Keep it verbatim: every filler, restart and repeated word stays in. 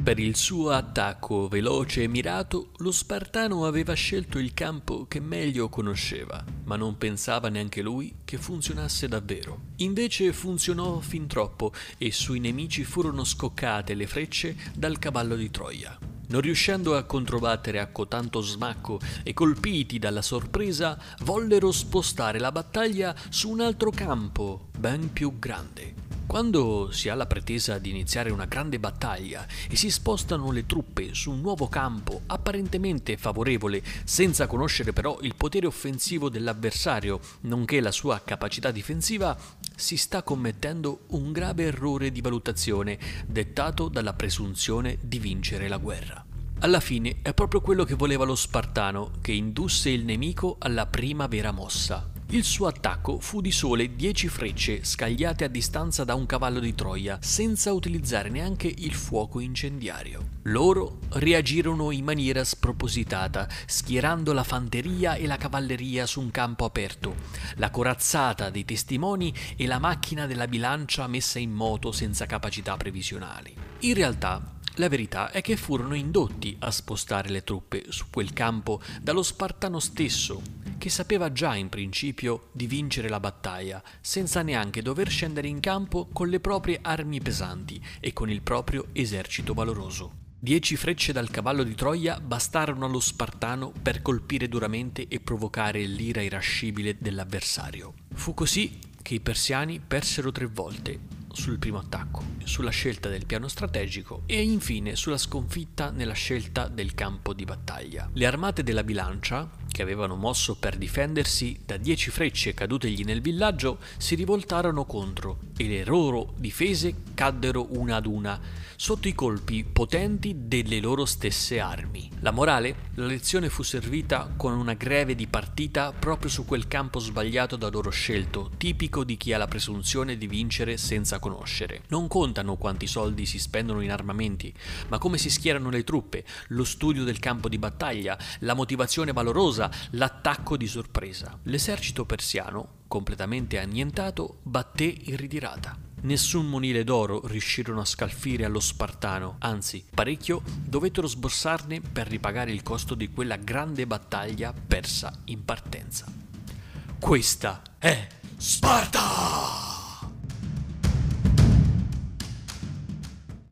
Per il suo attacco veloce e mirato, lo Spartano aveva scelto il campo che meglio conosceva, ma non pensava neanche lui che funzionasse davvero. Invece funzionò fin troppo e sui nemici furono scoccate le frecce dal cavallo di Troia. Non riuscendo a controbattere a cotanto smacco e colpiti dalla sorpresa, vollero spostare la battaglia su un altro campo, ben più grande. Quando si ha la pretesa di iniziare una grande battaglia e si spostano le truppe su un nuovo campo apparentemente favorevole, senza conoscere però il potere offensivo dell'avversario, nonché la sua capacità difensiva, si sta commettendo un grave errore di valutazione dettato dalla presunzione di vincere la guerra. Alla fine è proprio quello che voleva lo Spartano che indusse il nemico alla prima vera mossa. Il suo attacco fu di sole dieci frecce scagliate a distanza da un cavallo di Troia, senza utilizzare neanche il fuoco incendiario. Loro reagirono in maniera spropositata, schierando la fanteria e la cavalleria su un campo aperto, la corazzata dei testimoni e la macchina della bilancia messa in moto senza capacità previsionali. In realtà, la verità è che furono indotti a spostare le truppe su quel campo dallo Spartano stesso, che sapeva già in principio di vincere la battaglia, senza neanche dover scendere in campo con le proprie armi pesanti e con il proprio esercito valoroso. Dieci frecce dal cavallo di Troia bastarono allo Spartano per colpire duramente e provocare l'ira irascibile dell'avversario. Fu così che i persiani persero tre volte, sul primo attacco, sulla scelta del piano strategico e infine sulla sconfitta nella scelta del campo di battaglia. Le armate della bilancia, che avevano mosso per difendersi da dieci frecce cadutegli nel villaggio, si rivoltarono contro e le loro difese caddero una ad una sotto i colpi potenti delle loro stesse armi. La morale? La lezione fu servita con una greve di partita proprio su quel campo sbagliato da loro scelto, tipico di chi ha la presunzione di vincere senza conoscere. Non contano quanti soldi si spendono in armamenti, ma come si schierano le truppe, lo studio del campo di battaglia, la motivazione valorosa, l'attacco di sorpresa. L'esercito persiano, completamente annientato, batté in ritirata. Nessun monile d'oro riuscirono a scalfire allo Spartano, anzi, parecchio dovettero sborsarne per ripagare il costo di quella grande battaglia persa in partenza. Questa è Sparta!